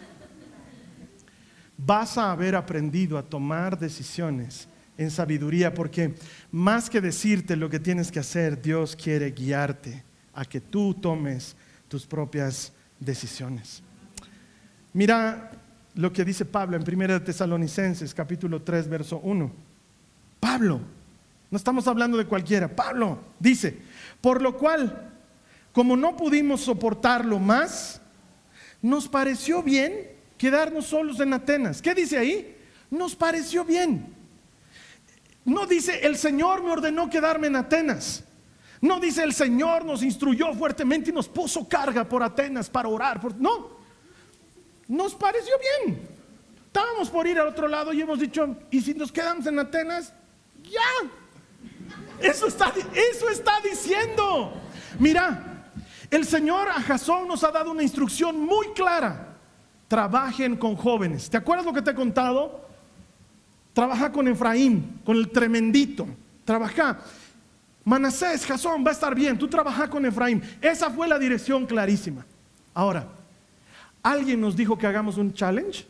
vas a haber aprendido a tomar decisiones en sabiduría, porque más que decirte lo que tienes que hacer, Dios quiere guiarte a que tú tomes tus propias decisiones. Mira lo que dice Pablo en primera de Tesalonicenses capítulo tres verso uno. Pablo, no estamos hablando de cualquiera, Pablo dice, por lo cual, como no pudimos soportarlo más, nos pareció bien quedarnos solos en Atenas. ¿Qué dice ahí? Nos pareció bien. No dice el Señor me ordenó quedarme en Atenas. No dice el Señor nos instruyó fuertemente y nos puso carga por Atenas para orar. Por... No, nos pareció bien. Estábamos por ir al otro lado y hemos dicho, ¿y si nos quedamos en Atenas? Ya. Eso está, eso está diciendo. Mira, el Señor a Jasón nos ha dado una instrucción muy clara. Trabajen con jóvenes. ¿Te acuerdas lo que te he contado? Trabaja con Efraín, con el tremendito. Trabaja. Manasés, Jasón, va a estar bien. Tú trabaja con Efraín. Esa fue la dirección clarísima. Ahora, ¿alguien nos dijo que hagamos un challenge?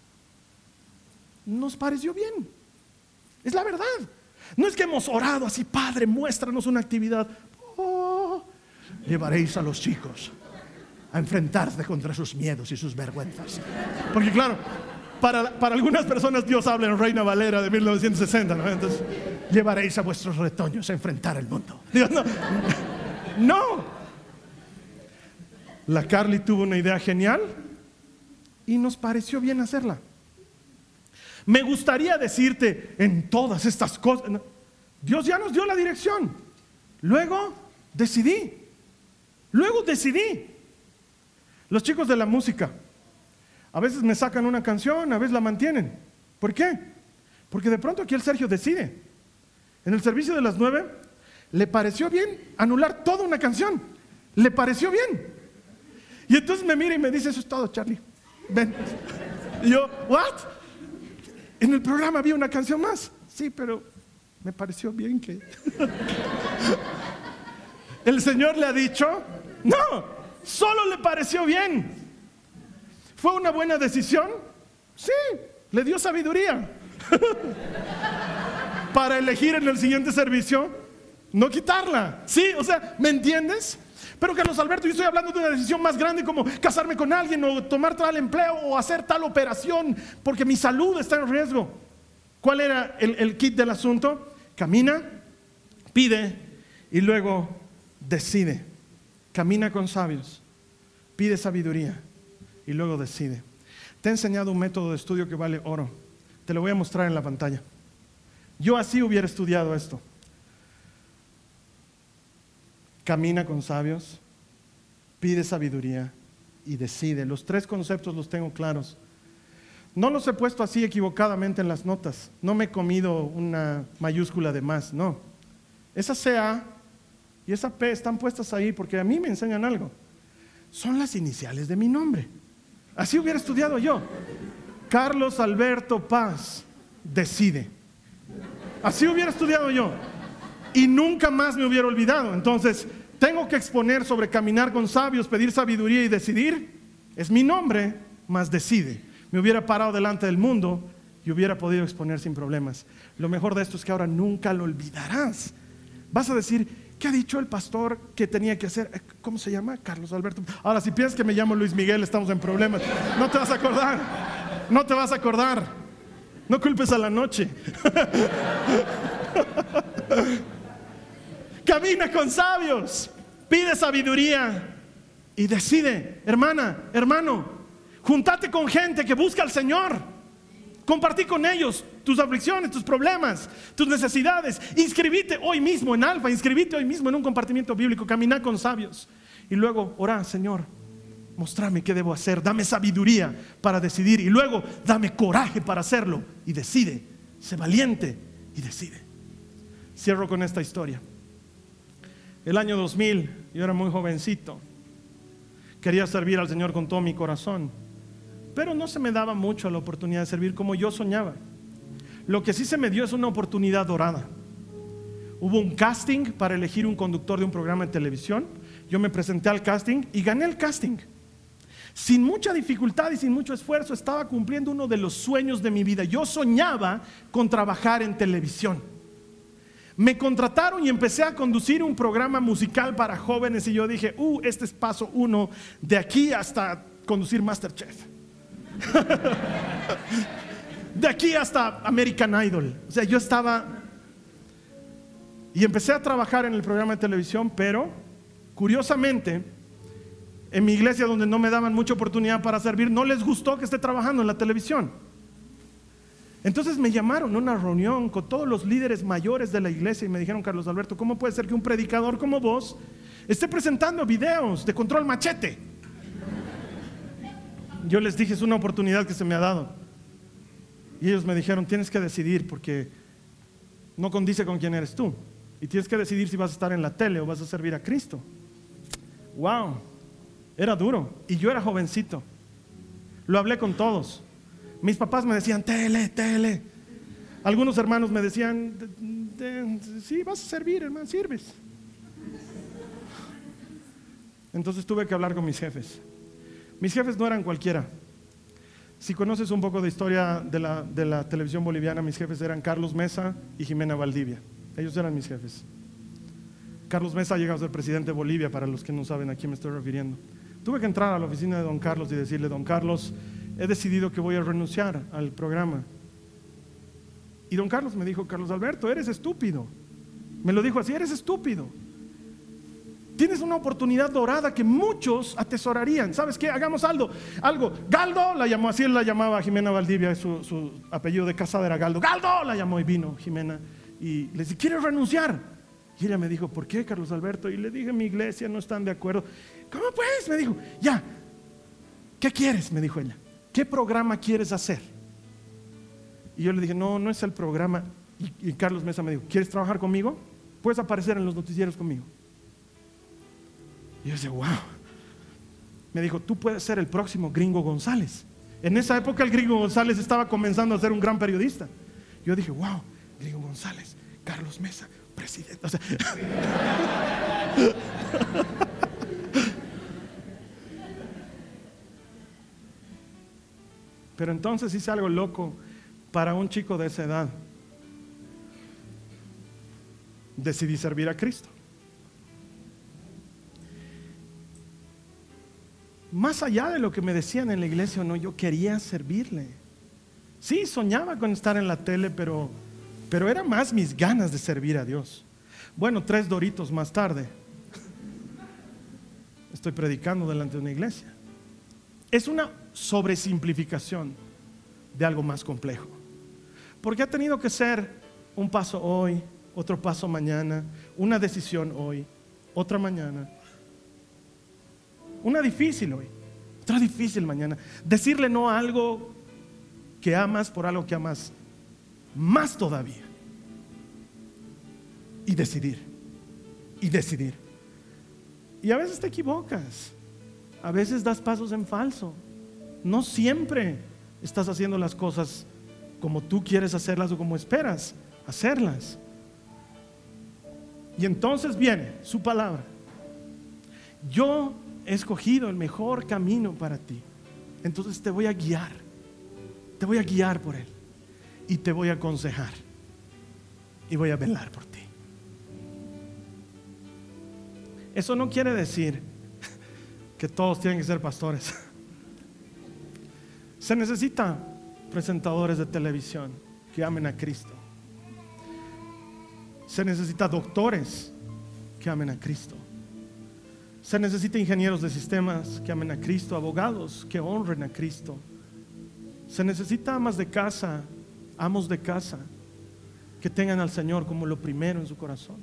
Nos pareció bien. Es la verdad. No es que hemos orado así, Padre, muéstranos una actividad. Oh, llevaréis a los chicos a enfrentarse contra sus miedos y sus vergüenzas. Porque claro, para, para algunas personas Dios habla en Reina Valera de mil novecientos sesenta, ¿no? Entonces, llevaréis a vuestros retoños a enfrentar el mundo. Dios, no, no. La Carly tuvo una idea genial y nos pareció bien hacerla. Me gustaría decirte en todas estas cosas, no, Dios ya nos dio la dirección. Luego decidí. Luego decidí. Los chicos de la música, a veces me sacan una canción, a veces la mantienen. ¿Por qué? Porque de pronto aquí el Sergio decide. En el servicio de las nueve, le pareció bien anular toda una canción. Le pareció bien. Y entonces me mira y me dice, eso es todo, Charlie. Ven. Y yo, ¿what? En el programa había una canción más. Sí, pero me pareció bien que... El Señor le ha dicho, no. Solo le pareció bien. ¿Fue una buena decisión? Sí, le dio sabiduría para elegir en el siguiente servicio no quitarla. Sí, o sea, ¿me entiendes? Pero Carlos Alberto, yo estoy hablando de una decisión más grande como casarme con alguien o tomar tal empleo o hacer tal operación porque mi salud está en riesgo. ¿Cuál era el, el kit del asunto? Camina Pide y luego decide. Camina con sabios, pide sabiduría y luego decide. Te he enseñado un método de estudio que vale oro. Te lo voy a mostrar en la pantalla. Yo así hubiera estudiado esto. Camina con sabios, pide sabiduría y decide. Los tres conceptos los tengo claros. No los he puesto así equivocadamente en las notas. No me he comido una mayúscula de más, no. Esa C A y esa P están puestas ahí porque a mí me enseñan algo. Son las iniciales de mi nombre. Así hubiera estudiado yo. Carlos Alberto Paz, decide. Así hubiera estudiado yo. Y nunca más me hubiera olvidado. Entonces, tengo que exponer sobre caminar con sabios, pedir sabiduría y decidir. Es mi nombre, más decide. Me hubiera parado delante del mundo y hubiera podido exponer sin problemas. Lo mejor de esto es que ahora nunca lo olvidarás. Vas a decir, ¿qué ha dicho el pastor que tenía que hacer? ¿Cómo se llama? Carlos Alberto. Ahora, si piensas que me llamo Luis Miguel, estamos en problemas. No te vas a acordar. No te vas a acordar. No culpes a la noche. Camina con sabios, pide sabiduría y decide. Hermana, hermano, júntate con gente que busca al Señor. Compartí con ellos tus aflicciones, tus problemas, tus necesidades. Inscribite hoy mismo en Alfa, inscribite hoy mismo en un compartimiento bíblico. Camina con sabios y luego ora, Señor, mostrame qué debo hacer, dame sabiduría para decidir y luego dame coraje para hacerlo y decide, sé valiente y decide. Cierro con esta historia. El año dos mil, yo era muy jovencito, quería servir al Señor con todo mi corazón, pero no se me daba mucho la oportunidad de servir como yo soñaba. Lo que sí se me dio es una oportunidad dorada. Hubo un casting para elegir un conductor de un programa de televisión. Yo me presenté al casting y gané el casting. Sin mucha dificultad y sin mucho esfuerzo estaba cumpliendo uno de los sueños de mi vida. Yo soñaba con trabajar en televisión. Me contrataron y empecé a conducir un programa musical para jóvenes y yo dije, uh, este es paso uno de aquí hasta conducir MasterChef. De aquí hasta American Idol. O sea, yo estaba y empecé a trabajar en el programa de televisión, pero curiosamente en mi iglesia, donde no me daban mucha oportunidad para servir, no les gustó que esté trabajando en la televisión. Entonces me llamaron a una reunión con todos los líderes mayores de la iglesia y me dijeron, Carlos Alberto, ¿cómo puede ser que un predicador como vos esté presentando videos de Control Machete? Yo les dije, es una oportunidad que se me ha dado. Y ellos me dijeron, tienes que decidir porque no condice con quién eres tú. Y tienes que decidir si vas a estar en la tele o vas a servir a Cristo. Wow, era duro. Y yo era jovencito. Lo hablé con todos. Mis papás me decían, tele, tele. Algunos hermanos me decían, sí, vas a servir, hermano, sirves. Entonces tuve que hablar con mis jefes. Mis jefes no eran cualquiera. Si conoces un poco de historia de la, de la televisión boliviana, mis jefes eran Carlos Mesa y Jimena Valdivia. Ellos eran mis jefes. Carlos Mesa ha llegado a ser presidente de Bolivia, para los que no saben a quién me estoy refiriendo. Tuve que entrar a la oficina de don Carlos y decirle, don Carlos, he decidido que voy a renunciar al programa. Y don Carlos me dijo, Carlos Alberto, eres estúpido. Me lo dijo así, eres estúpido. Tienes una oportunidad dorada que muchos atesorarían. ¿Sabes qué? Hagamos algo. Algo. Galdo la llamó, así él la llamaba Jimena Valdivia, su, su apellido de casada era Galdo. Galdo la llamó y vino Jimena. Y le dije, ¿quieres renunciar? Y ella me dijo, ¿por qué, Carlos Alberto? Y le dije, mi iglesia no están de acuerdo. ¿Cómo pues? Me dijo, ya. ¿Qué quieres? Me dijo ella. ¿Qué programa quieres hacer? Y yo le dije, no, no es el programa. Y, y Carlos Mesa me dijo, ¿quieres trabajar conmigo? Puedes aparecer en los noticieros conmigo. Y yo decía, wow. Me dijo, tú puedes ser el próximo Gringo González. En esa época el Gringo González estaba comenzando a ser un gran periodista. Yo dije, wow, Gringo González, Carlos Mesa, presidente. O sea, pero entonces hice algo loco para un chico de esa edad. Decidí servir a Cristo. Más allá de lo que me decían en la iglesia o no, yo quería servirle. Sí, soñaba con estar en la tele, pero, pero era más mis ganas de servir a Dios. Bueno, tres Doritos más tarde, estoy predicando delante de una iglesia. Es una sobresimplificación de algo más complejo. Porque ha tenido que ser un paso hoy, otro paso mañana, una decisión hoy, otra mañana. Una difícil hoy, otra difícil mañana. Decirle no a algo que amas por algo que amas más todavía. Y decidir, y decidir. Y a veces te equivocas, a veces das pasos en falso. No siempre estás haciendo las cosas como tú quieres hacerlas o como esperas hacerlas. Y entonces viene su palabra. Yo he escogido el mejor camino para ti. Entonces te voy a guiar. Te voy a guiar por él. Y te voy a aconsejar. Y voy a velar por ti. Eso no quiere decir que todos tienen que ser pastores. Se necesita presentadores de televisión que amen a Cristo. Se necesita doctores que amen a Cristo. Se necesita ingenieros de sistemas que amen a Cristo, abogados que honren a Cristo. Se necesita amas de casa, amos de casa que tengan al Señor como lo primero en su corazón.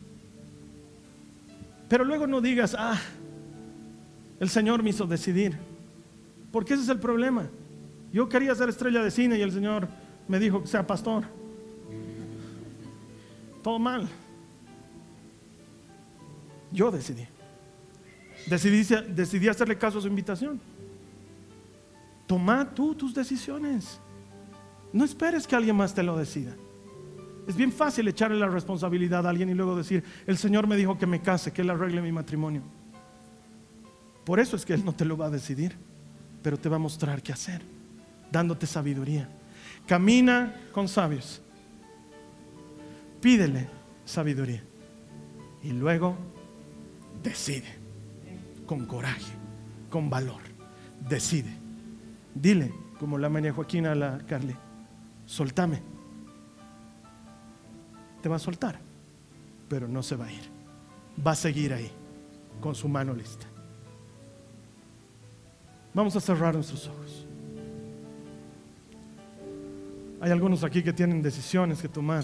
Pero luego no digas, ah, el Señor me hizo decidir. Porque ese es el problema. Yo quería ser estrella de cine y el Señor me dijo que sea pastor. Todo mal. Yo decidí. Decidí, decidí hacerle caso a su invitación. Toma tú tus decisiones. No esperes que alguien más te lo decida. Es bien fácil echarle la responsabilidad a alguien y luego decir, el Señor me dijo que me case, que Él arregle mi matrimonio. Por eso es que Él no te lo va a decidir, pero te va a mostrar qué hacer, dándote sabiduría. Camina con sabios. Pídele sabiduría. Y luego decide. Con coraje, con valor. Decide. Dile, como la María Joaquina a la Carly, soltame. Te va a soltar, pero no se va a ir. Va a seguir ahí, con su mano lista. Vamos a cerrar nuestros ojos. Hay algunos aquí que tienen decisiones que tomar.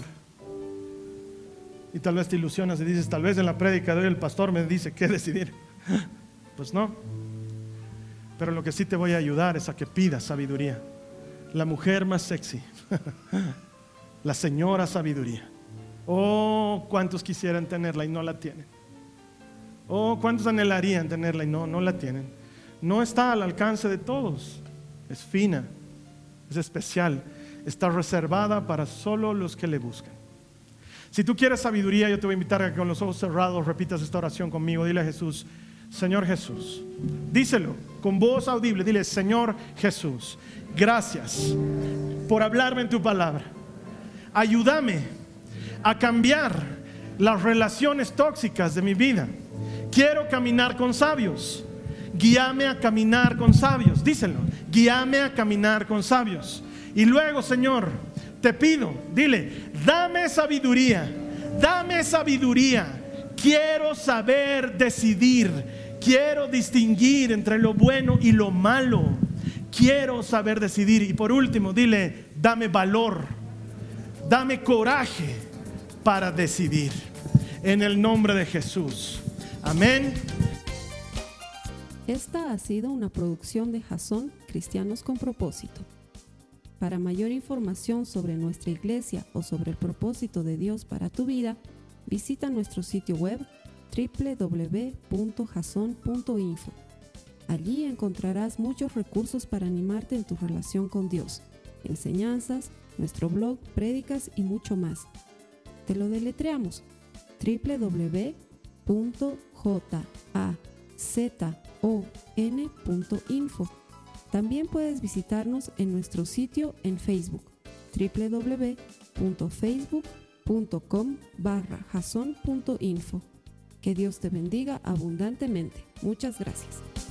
Y tal vez te ilusionas y dices, tal vez en la prédica de hoy el pastor me dice qué decidir. Pues no. Pero lo que sí te voy a ayudar es a que pidas sabiduría. La mujer más sexy. La señora sabiduría. Oh, cuántos quisieran tenerla y no la tienen. Oh, cuántos anhelarían tenerla y no, no la tienen. No está al alcance de todos. Es fina, es especial, está reservada para solo los que le buscan. Si tú quieres sabiduría, yo te voy a invitar a que con los ojos cerrados repitas esta oración conmigo. Dile a Jesús, Señor Jesús, díselo con voz audible, dile, Señor Jesús, gracias por hablarme en tu palabra. Ayúdame a cambiar las relaciones tóxicas de mi vida. Quiero caminar con sabios. Guíame a caminar con sabios. Díselo, guíame a caminar con sabios. Y luego, Señor, te pido, dile, dame sabiduría. Dame sabiduría. Quiero saber decidir. Quiero distinguir entre lo bueno y lo malo. Quiero saber decidir. Y por último, dile, dame valor. Dame coraje para decidir. En el nombre de Jesús. Amén. Esta ha sido una producción de Jasón Cristianos con Propósito. Para mayor información sobre nuestra iglesia o sobre el propósito de Dios para tu vida, visita nuestro sitio web doble u doble u doble u punto jason punto info. Allí encontrarás muchos recursos para animarte en tu relación con Dios, enseñanzas, nuestro blog, prédicas y mucho más. Te lo deletreamos: doble u doble u doble u punto jazon punto info. También puedes visitarnos en nuestro sitio en Facebook, doble u doble u doble u punto facebook punto com barra jason punto info. Que Dios te bendiga abundantemente. Muchas gracias.